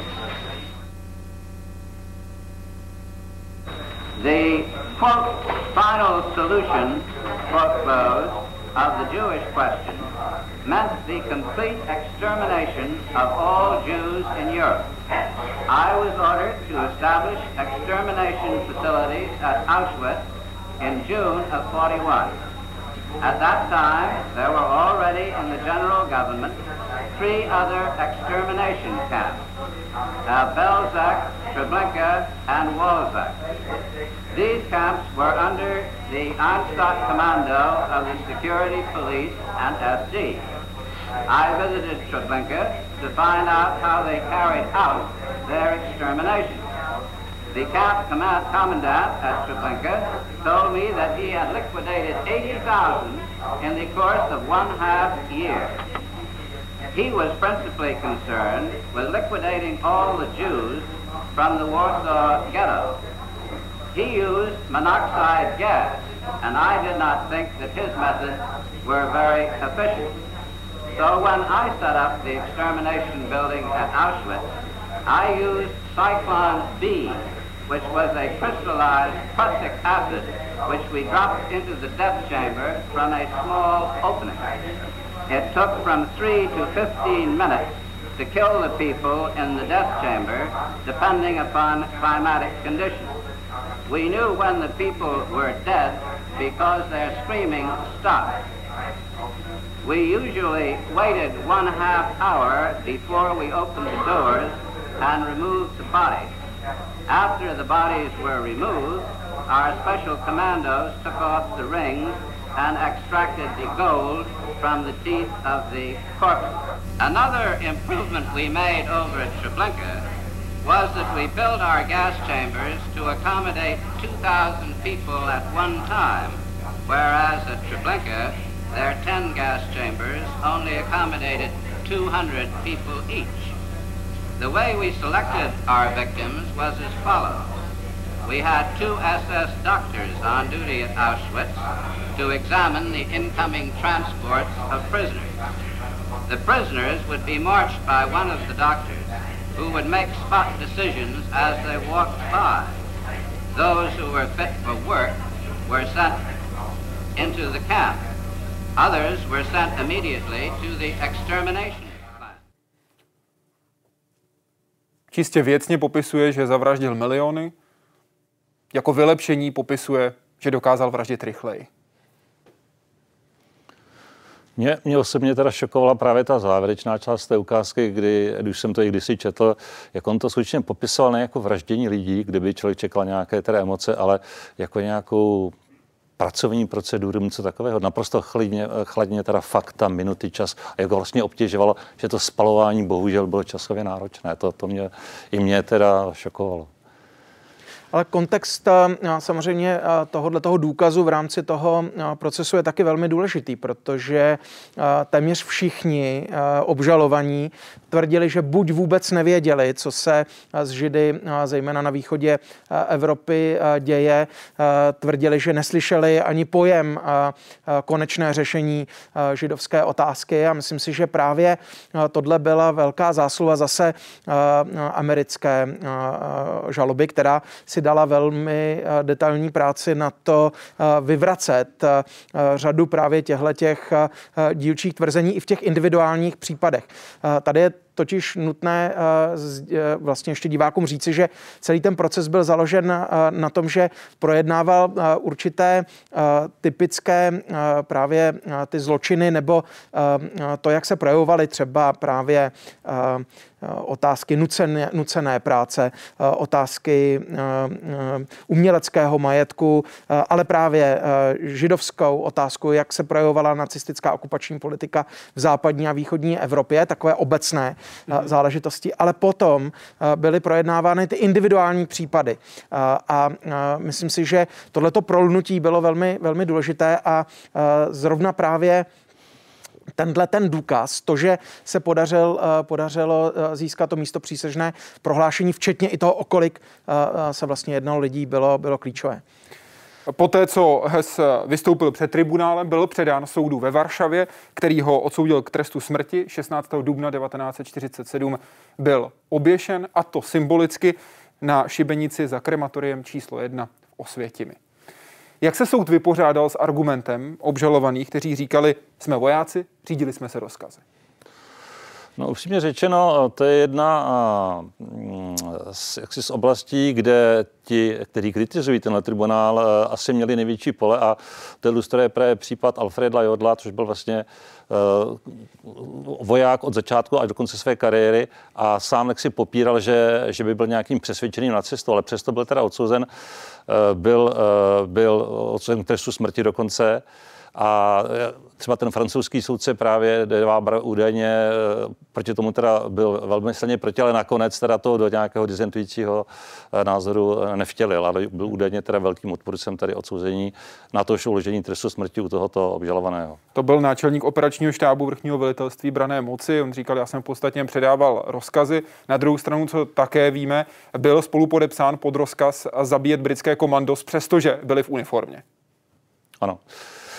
The, quote, final solution, quote, close, of the Jewish question meant the complete extermination of all Jews in Europe. I was ordered to establish extermination facilities at Auschwitz in June of 41. At that time, there were already in the general government 3 other extermination camps, Belzec, Treblinka, and Wolzek. These camps were under the Arnstadt Commando of the Security Police and SD. I visited Treblinka to find out how they carried out their extermination. The camp commandant at Treblinka told me that he had liquidated 80,000 in the course of 1/2 year. He was principally concerned with liquidating all the Jews from the Warsaw Ghetto. He used monoxide gas, and I did not think that his methods were very efficient. So when I set up the extermination building at Auschwitz, I used Cyclone B which was a crystallized prussic acid, which we dropped into the death chamber from a small opening. It took from 3 to 15 minutes to kill the people in the death chamber, depending upon climatic conditions. We knew when the people were dead because their screaming stopped. We usually waited 1/2 hour before we opened the doors and removed the bodies. After the bodies were removed, our special commandos took off the rings and extracted the gold from the teeth of the corpses. Another improvement we made over at Treblinka was that we built our gas chambers to accommodate 2,000 people at one time, whereas at Treblinka, their 10 gas chambers only accommodated 200 people each. The way we selected our victims was as follows. We had 2 SS doctors on duty at Auschwitz to examine the incoming transports of prisoners. The prisoners would be marched by one of the doctors who would make spot decisions as they walked by. Those who were fit for work were sent into the camp. Others were sent immediately to the extermination plant. Čistě věcně popisuje, že zavraždil miliony. Jako vylepšení popisuje, že dokázal vraždit rychleji. Mě osobně teda šokovala právě ta závěrečná část té ukázky, když jsem to i kdysi četl, jak on to skutečně popisoval ne jako vraždění lidí, kdyby člověk čekal nějaké teda emoce, ale jako nějakou pracovní proceduru, něco takového. Naprosto chladně teda fakta, minuty, čas. A jak ho vlastně obtěžovalo, že to spalování bohužel bylo časově náročné. To mě teda šokovalo. Ale kontext samozřejmě tohoto důkazu v rámci toho procesu je taky velmi důležitý, protože téměř všichni obžalovaní tvrdili, že buď vůbec nevěděli, co se s Židy, zejména na východě Evropy, děje, tvrdili, že neslyšeli ani pojem konečné řešení židovské otázky a myslím si, že právě tohle byla velká zásluha zase americké žaloby, která si dala velmi detailní práci na to vyvracet řadu právě těch dílčích tvrzení i v těch individuálních případech. Tady je totiž nutné vlastně ještě divákům říci, že celý ten proces byl založen na tom, že projednával určité typické právě ty zločiny nebo to, jak se projevovaly třeba právě otázky nucené práce, otázky uměleckého majetku, ale právě židovskou otázku, jak se projevovala nacistická okupační politika v západní a východní Evropě, takové obecné záležitosti, ale potom byly projednávány ty individuální případy. A myslím si, že tohleto prolnutí bylo velmi, velmi důležité a zrovna právě ten důkaz, to, že se podařilo získat to místopřísežné prohlášení, včetně i toho, o kolik se vlastně jednalo lidí, bylo klíčové. Poté, co Hess vystoupil před tribunálem, byl předán soudu ve Varšavě, který ho odsoudil k trestu smrti. 16. dubna 1947 byl oběšen, a to symbolicky na šibenici za krematoriem číslo 1 v Osvětimi. Jak se soud vypořádal s argumentem obžalovaných, kteří říkali, jsme vojáci, řídili jsme se rozkazy? No, upřímně řečeno, to je jedna z oblastí, kde ti, kteří kritizují tenhle tribunál, asi měli největší pole, a to ilustruje právě případ Alfreda Jodla, což byl vlastně voják od začátku až do konce své kariéry a sám si popíral, že by byl nějakým přesvědčeným nacistou, ale přesto byl teda odsouzen, byl odsouzen k trestu smrti dokonce. A třeba ten francouzský soudce právě údajně proti tomu teda byl velmi silně proti, ale nakonec teda to do nějakého disentujícího názoru nevtělil, ale byl údajně teda velkým odpůrcem tady odsouzení na to uložení trestu smrti u tohoto obžalovaného. To byl náčelník operačního štábu vrchního velitelství branné moci. On říkal, já jsem v podstatě předával rozkazy. Na druhou stranu, co také víme, byl spolupodepsán pod rozkaz zabíjet britské komandos, přestože byli v uniformě. Ano.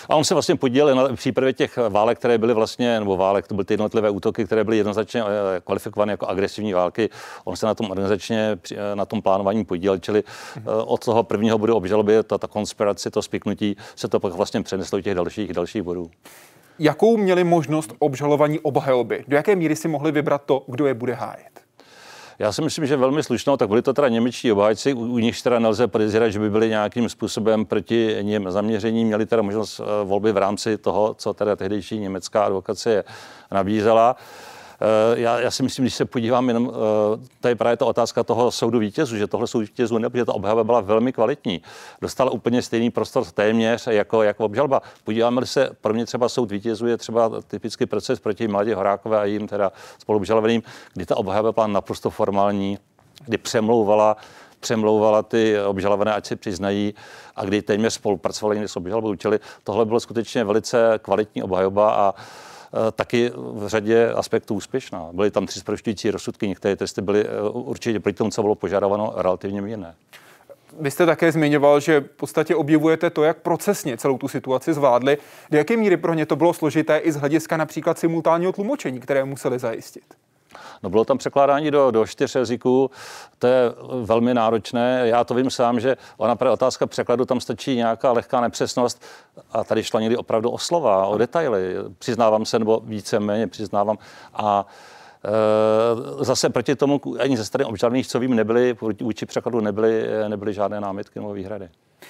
A on se vlastně podílel na přípravě těch válek, které byly vlastně, nebo válek, to byly ty jednotlivé útoky, které byly jednoznačně kvalifikovány jako agresivní války. On se na tom organizačně, na tom plánování podílel, čili od toho prvního bodu obžaloby, ta konspirace, to spiknutí, se to pak vlastně přeneslo těch dalších bodů. Jakou měli možnost obžalovaní obhajoby? Do jaké míry si mohli vybrat to, kdo je bude hájit? Já si myslím, že velmi slušnou, tak byli to teda němečtí obhájci, u nich teda nelze podezírat, že by byli nějakým způsobem proti něm zaměření, měli teda možnost volby v rámci toho, co teda tehdejší německá advokacie nabízela. Já si myslím, když se podívám jenom, to je právě ta otázka toho soudu vítězů, že tohle soud vítězů ne, protože ta obhajoba byla velmi kvalitní. Dostala úplně stejný prostor téměř jako obžalba. Podíváme se, pro mě třeba soud vítězů je třeba typický proces proti Mladě Horákové a jejím teda spoluobžalovaným, kdy ta obhajoba byla naprosto formální, kdy přemlouvala ty obžalované, ať si přiznají, a kdy téměř spolupracovali s obžalbou. Čili tohle bylo skutečně velice kvalitní obhajoba a taky v řadě aspektů úspěšná. Byly tam 3 zprošťující rozsudky, některé testy byly určitě proti tomu, co bylo požadováno, relativně mírné. Vy jste také zmiňoval, že v podstatě objevujete to, jak procesně celou tu situaci zvládli. Do jaké míry pro ně to bylo složité i z hlediska například simultánního tlumočení, které museli zajistit? No, bylo tam překládání do 4 jazyků, to je velmi náročné. Já to vím sám, že ona právě otázka překladu, tam stačí nějaká lehká nepřesnost a tady šlo někdy opravdu o slova, o detaily. Přiznávám se, nebo víceméně přiznávám. A zase proti tomu ani ze strany obžalovaných, co vím, nebyly, vůči překladu nebyly žádné námitky nebo výhrady.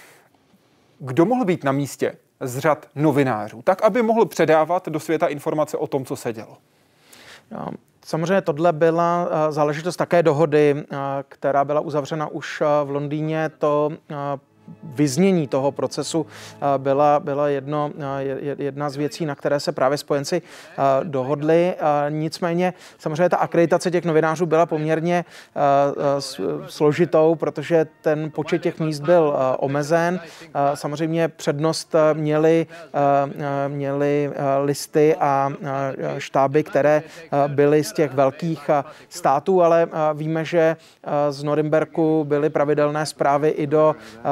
Kdo mohl být na místě z řad novinářů, tak aby mohl předávat do světa informace o tom, co se dělo? Samozřejmě tohle byla záležitost také dohody, která byla uzavřena už v Londýně. To vyznění toho procesu byla jedna z věcí, na které se právě spojenci dohodli. Nicméně samozřejmě ta akreditace těch novinářů byla poměrně složitou, protože ten počet těch míst byl omezen. Samozřejmě přednost měly listy a štáby, které byly z těch velkých států, ale víme, že z Norimberku byly pravidelné zprávy i do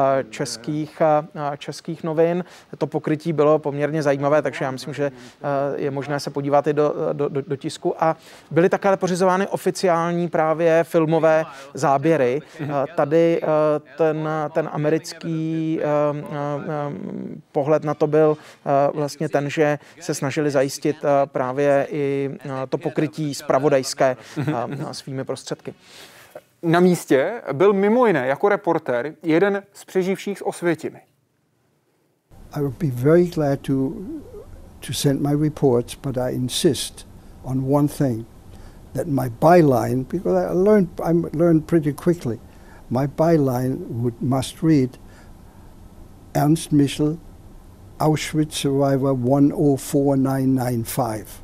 českých novin. To pokrytí bylo poměrně zajímavé, takže já myslím, že je možné se podívat i do tisku. A byly také pořizovány oficiální právě filmové záběry. Tady ten americký pohled na to byl vlastně ten, že se snažili zajistit právě i to pokrytí zpravodajské svými prostředky. Na místě byl mimo jiné jako reportér jeden z přeživších z Osvětimi. I would be very glad to send my reports, but I insist on one thing, that my byline, because I learned pretty quickly, my byline must read Ernst Michel, Auschwitz survivor 104995.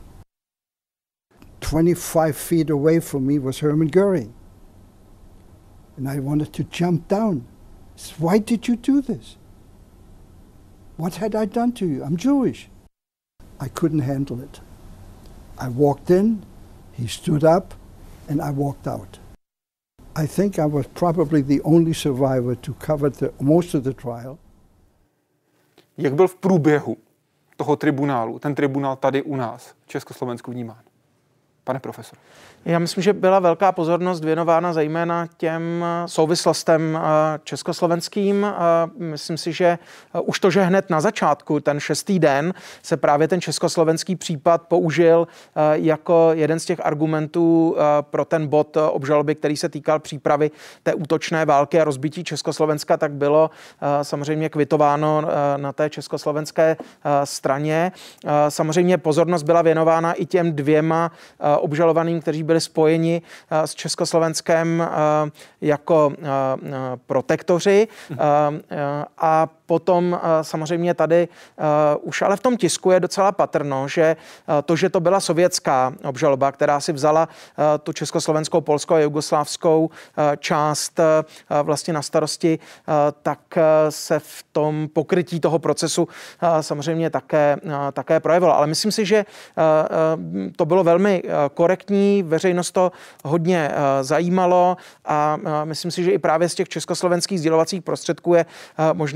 25 feet away from me was Hermann Göring. And I wanted to jump down. Why did you do this? What had I done to you? I'm Jewish. I couldn't handle it. I walked in, he stood up, and I walked out. I think I was probably the only survivor to cover most of the trial. Jak byl v průběhu toho tribunálu, ten tribunál tady u nás, v Československu, vnímán? Pane profesor. Já myslím, že byla velká pozornost věnována zejména těm souvislostem československým. Myslím si, že už to, že hned na začátku, ten 6. den, se právě ten československý případ použil jako jeden z těch argumentů pro ten bod obžaloby, který se týkal přípravy té útočné války a rozbití Československa, tak bylo samozřejmě kvitováno na té československé straně. Samozřejmě pozornost byla věnována i těm 2 obžalovaným, kteří byli spojeni s Československem jako protektoři. A potom samozřejmě tady už ale v tom tisku je docela patrno, že to, že to byla sovětská obžaloba, která si vzala tu československou, polskou a jugoslávskou část vlastně na starosti, tak se v tom pokrytí toho procesu samozřejmě také projevilo. Ale myslím si, že to bylo velmi korektní, veřejnost to hodně zajímalo a myslím si, že i právě z těch československých sdělovacích prostředků je možno leco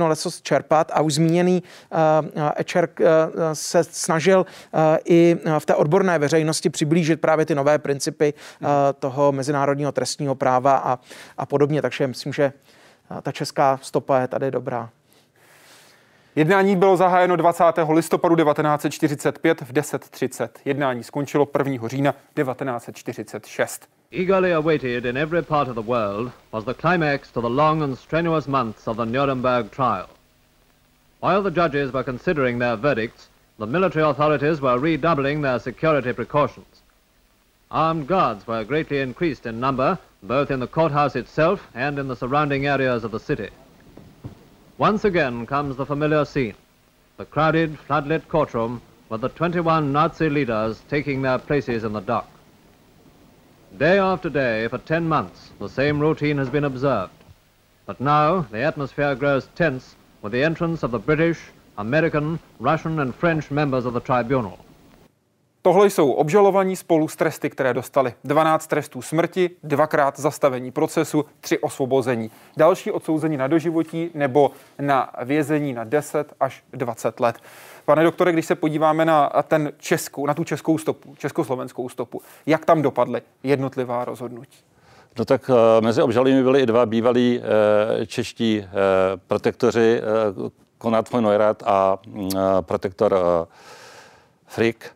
čerpat a už zmíněný Ečerk se snažil i v té odborné veřejnosti přiblížit právě ty nové principy toho mezinárodního trestního práva a podobně. Takže myslím, že ta česká stopa je tady dobrá. Jednání bylo zahájeno 20. listopadu 1945 v 10:30. Jednání skončilo 1. října 1946. Eagerly awaited in every part of the world was the climax to the long and strenuous months of the Nuremberg trial. While the judges were considering their verdicts, the military authorities were redoubling their security precautions. Armed guards were greatly increased in number, both in the courthouse itself and in the surrounding areas of the city. Once again comes the familiar scene, the crowded, floodlit courtroom with the 21 Nazi leaders taking their places in the dock. Day after day, for 10 months, the same routine has been observed. But now, the atmosphere grows tense with the entrance of the British, American, Russian and French members of the tribunal. Tohle jsou obžalovaní spolu s tresty, které dostali. 12 trestů smrti, 2krát zastavení procesu, 3 osvobození. Další odsouzení na doživotí nebo na vězení na 10 až 20 let. Pane doktore, když se podíváme na tu českou stopu, československou stopu, jak tam dopadly jednotlivá rozhodnutí? No tak mezi obžalými byli i 2 bývalí čeští protektoři, Konrad von Neurath a protektor Frick.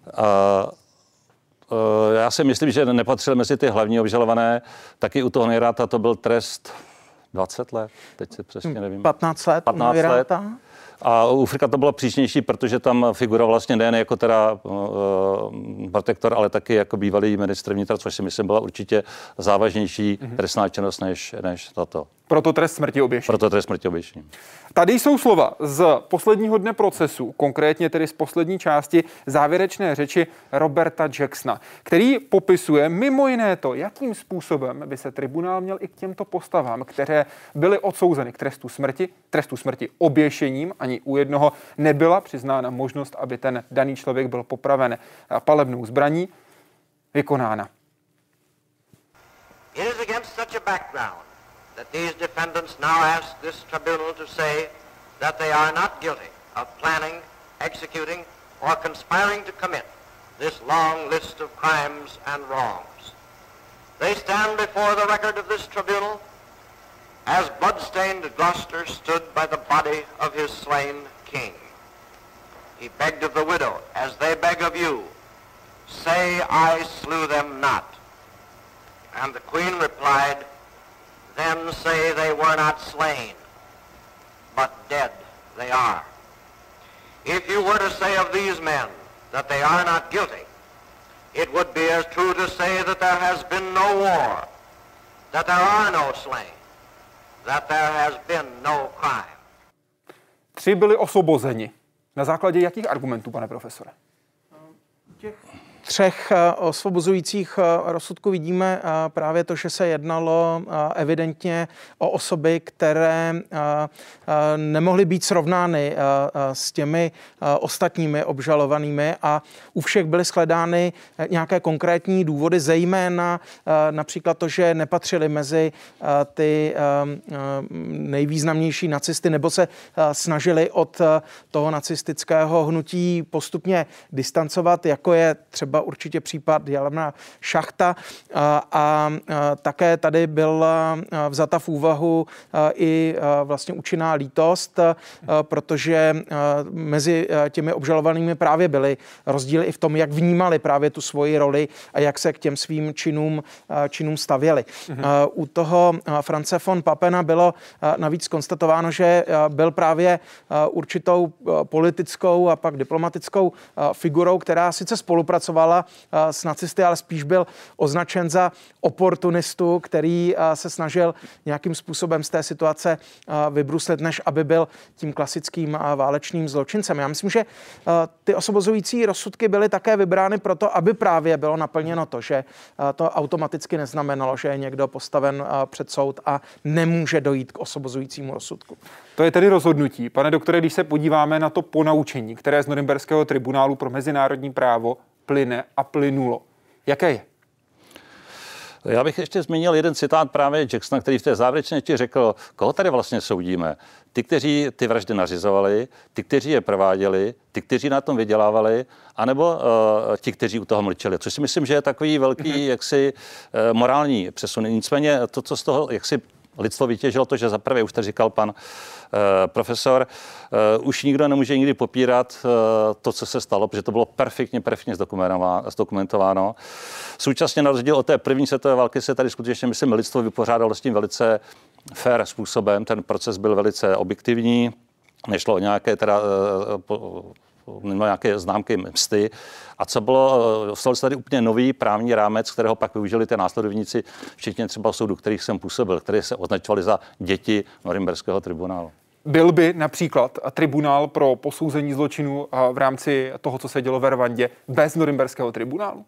Já si myslím, že nepatřil mezi ty hlavní obžalované. Taky u toho Neurata to byl trest 20 let, teď si přesně nevím. 15 let. 15 let. A u Fricka to bylo přísnější, protože tam figura vlastně nejen jako teda protektor, ale taky jako bývalý ministr vnitra, což si myslím byla určitě závažnější trestná činnost než tato. Proto trest smrti oběšení. Proto trest smrti oběšení. Tady jsou slova z posledního dne procesu, konkrétně tedy z poslední části závěrečné řeči Roberta Jacksona, který popisuje mimo jiné to, jakým způsobem by se tribunál měl i k těmto postavám, které byly odsouzeny k trestu smrti oběšením, ani u jednoho nebyla přiznána možnost, aby ten daný člověk byl popraven palebnou zbraní, vykonána. It is against such a background that these defendants now ask this tribunal to say that they are not guilty of planning, executing, or conspiring to commit this long list of crimes and wrongs. They stand before the record of this tribunal as blood-stained Gloucester stood by the body of his slain king. He begged of the widow, as they beg of you, say I slew them not. And the queen replied, then say they were not slain, but dead they are. If you were to say of these men that they are not guilty, it would be as true to say that there has been no war, that there are no slain, that there has been no crime. 3 byli osvobozeni. Na základě jakých argumentů, pane profesore? 3 osvobozujících rozsudků vidíme právě to, že se jednalo evidentně o osoby, které nemohly být srovnány s těmi ostatními obžalovanými a u všech byly shledány nějaké konkrétní důvody, zejména například to, že nepatřili mezi ty nejvýznamnější nacisty nebo se snažili od toho nacistického hnutí postupně distancovat, jako je třeba určitě případ Jelena Šachta a také tady byla vzata v úvahu i vlastně účinná lítost, protože mezi těmi obžalovanými právě byly rozdíly i v tom, jak vnímali právě tu svoji roli a jak se k těm svým činům stavěli. U toho France von Pappena bylo navíc konstatováno, že byl právě určitou politickou a pak diplomatickou figurou, která sice spolupracovala s nacisty, ale spíš byl označen za oportunistu, který se snažil nějakým způsobem z té situace vybruslit, než aby byl tím klasickým válečným zločincem. Já myslím, že ty osvobozující rozsudky byly také vybrány proto, aby právě bylo naplněno to, že to automaticky neznamenalo, že je někdo postaven před soud a nemůže dojít k osvobozujícímu rozsudku. To je tedy rozhodnutí. Pane doktore, když se podíváme na to ponaučení, které z Norimberského tribunálu pro mezinárodní právo plyne a plynulo. Jaké je? Já bych ještě zmínil jeden citát právě Jacksona, který v té závěrečné části řekl, koho tady vlastně soudíme. Ty, kteří ty vraždy nařizovali, ty, kteří je prováděli, ty, kteří na tom vydělávali, anebo ti, kteří u toho mlčeli. Což si myslím, že je takový velký jaksi morální přesun. Nicméně to, co z toho jaksi lidstvo vytěžilo, to, že zaprvé, už tady říkal pan profesor, už nikdo nemůže nikdy popírat to, co se stalo, protože to bylo perfektně zdokumentováno. Současně na rozdíl od té první světové války se tady skutečně, myslím, lidstvo vypořádalo s tím velice fair způsobem. Ten proces byl velice objektivní, nešlo o nějaké nějaké známky msty. A co bylo, stalo se tady úplně nový právní rámec, kterého pak využili ty následovníci, včetně třeba soudu, kterých jsem působil, které se označovaly za děti Norimberského tribunálu. Byl by například tribunál pro posouzení zločinu v rámci toho, co se dělo ve Rwandě, bez Norimberského tribunálu?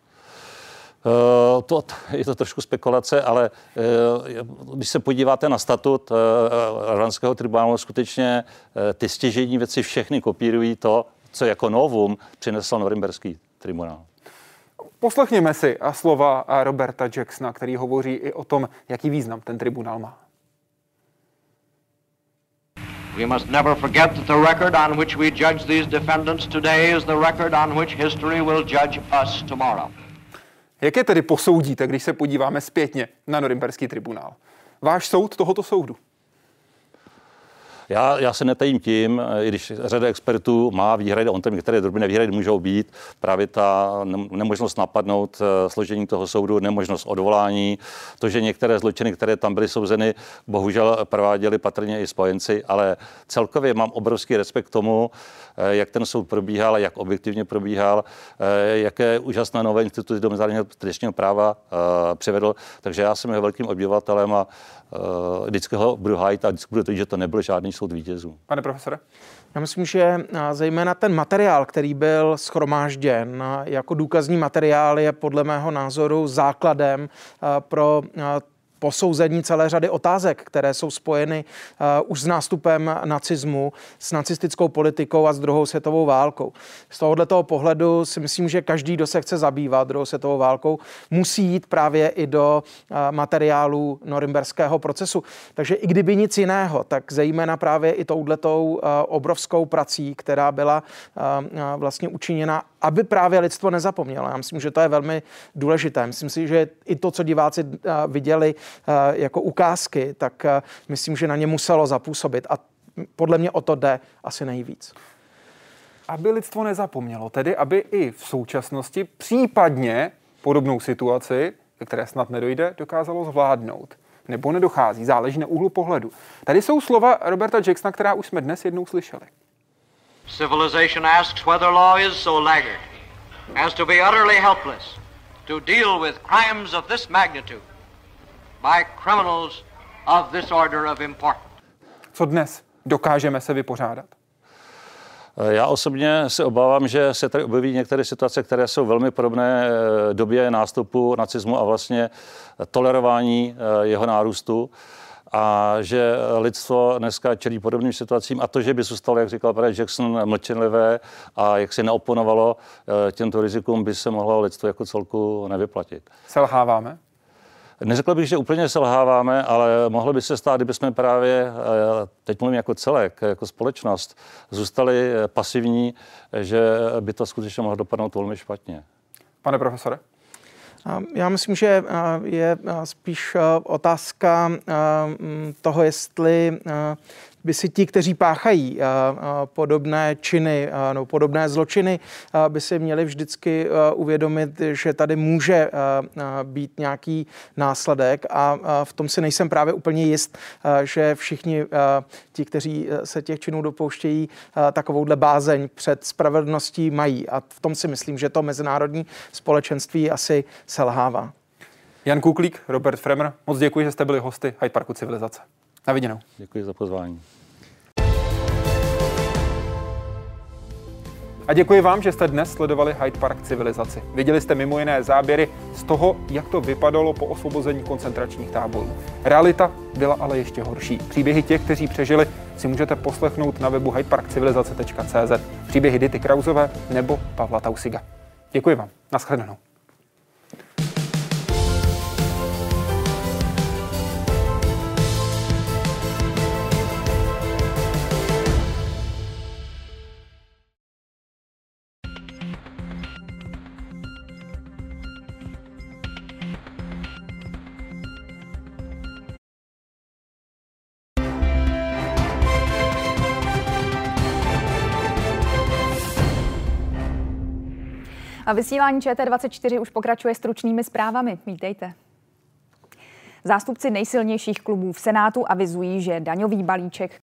Je to trošku spekulace, ale když se podíváte na statut Rwandského tribunálu, skutečně ty stěžejní věci všechny kopírují to, co jako novum přinesl Norimberský tribunál. Poslechněme si slova Roberta Jacksona, který hovoří i o tom, jaký význam ten tribunál má. We must never forget that the record on which we judge these defendants today is the record on which history will judge us tomorrow. Jak je tedy posoudíte, když se podíváme zpětně na Norimberský tribunál? Váš soud tohoto soudu? Já se netajím tím, i když řada expertů má výhrady, on tam některé drobné výhrady můžou být, právě ta nemožnost napadnout složení toho soudu, nemožnost odvolání, to, že některé zločiny, které tam byly souzeny, bohužel prováděli patrně i spojenci, ale celkově mám obrovský respekt k tomu, jak ten soud probíhal, jak objektivně probíhal, jaké úžasné nové instituty do mezinárodního trestního práva přivedl. Takže já jsem jeho velkým obdivovatelem a vždycky ho budu hájit a vždycky budu tvrdit, že to nebyl žádný soud vítězů. Pane profesore? Já myslím, že zejména ten materiál, který byl shromážděn jako důkazní materiál, je podle mého názoru základem pro posouzení celé řady otázek, které jsou spojeny už s nástupem nacismu, s nacistickou politikou a s druhou světovou válkou. Z tohoto pohledu si myslím, že každý, kdo se chce zabývat druhou světovou válkou, musí jít právě i do materiálů norimberského procesu. Takže i kdyby nic jiného, tak zejména právě i touhletou obrovskou prací, která byla vlastně učiněna, aby právě lidstvo nezapomnělo. Já myslím, že to je velmi důležité. Myslím si, že i to, co diváci viděli jako ukázky, tak myslím, že na ně muselo zapůsobit. A podle mě o to jde asi nejvíc. Aby lidstvo nezapomnělo, tedy aby i v současnosti případně podobnou situaci, ke které snad nedojde, dokázalo zvládnout. Nebo nedochází, záleží na úhlu pohledu. Tady jsou slova Roberta Jacksona, která už jsme dnes jednou slyšeli. Civilization asks whether law is so laggard as to be utterly helpless to deal with crimes of this magnitude by criminals of this order of importance. Co dnes dokážeme se vypořádat? Já osobně se obávám, že se tady objeví některé situace, které jsou velmi podobné době nástupu nacismu a vlastně tolerování jeho nárůstu. A že lidstvo dneska čelí podobným situacím a to, že by zůstalo, jak říkal pan Jackson, mlčenlivé a jak se neoponovalo těmto rizikům, by se mohlo lidstvo jako celku nevyplatit. Selháváme? Neřekl bych, že úplně selháváme, ale mohlo by se stát, kdyby jsme právě, teď mluvím jako celek, jako společnost, zůstali pasivní, že by to skutečně mohlo dopadnout velmi špatně. Pane profesore? Já myslím, že je spíš otázka toho, jestli by si ti, kteří páchají podobné činy nebo podobné zločiny, by si měli vždycky uvědomit, že tady může být nějaký následek a v tom si nejsem právě úplně jist, že všichni ti, kteří se těch činů dopouštějí, takovouhle bázeň před spravedlností mají. A v tom si myslím, že to mezinárodní společenství asi selhává. Jan Kuklík, Robert Fremer, moc děkuji, že jste byli hosty Hyde Parku Civilizace. Na viděnou. Děkuji za pozvání. A děkuji vám, že jste dnes sledovali Hyde Park Civilizaci. Viděli jste mimo jiné záběry z toho, jak to vypadalo po osvobození koncentračních táborů. Realita byla ale ještě horší. Příběhy těch, kteří přežili, si můžete poslechnout na webu hydeparkcivilizace.cz. Příběhy Dity Krausové nebo Pavla Taussiga. Děkuji vám. Naschledanou. A vysílání ČT24 už pokračuje stručnými zprávami. Vítejte. Zástupci nejsilnějších klubů v Senátu avizují, že daňový balíček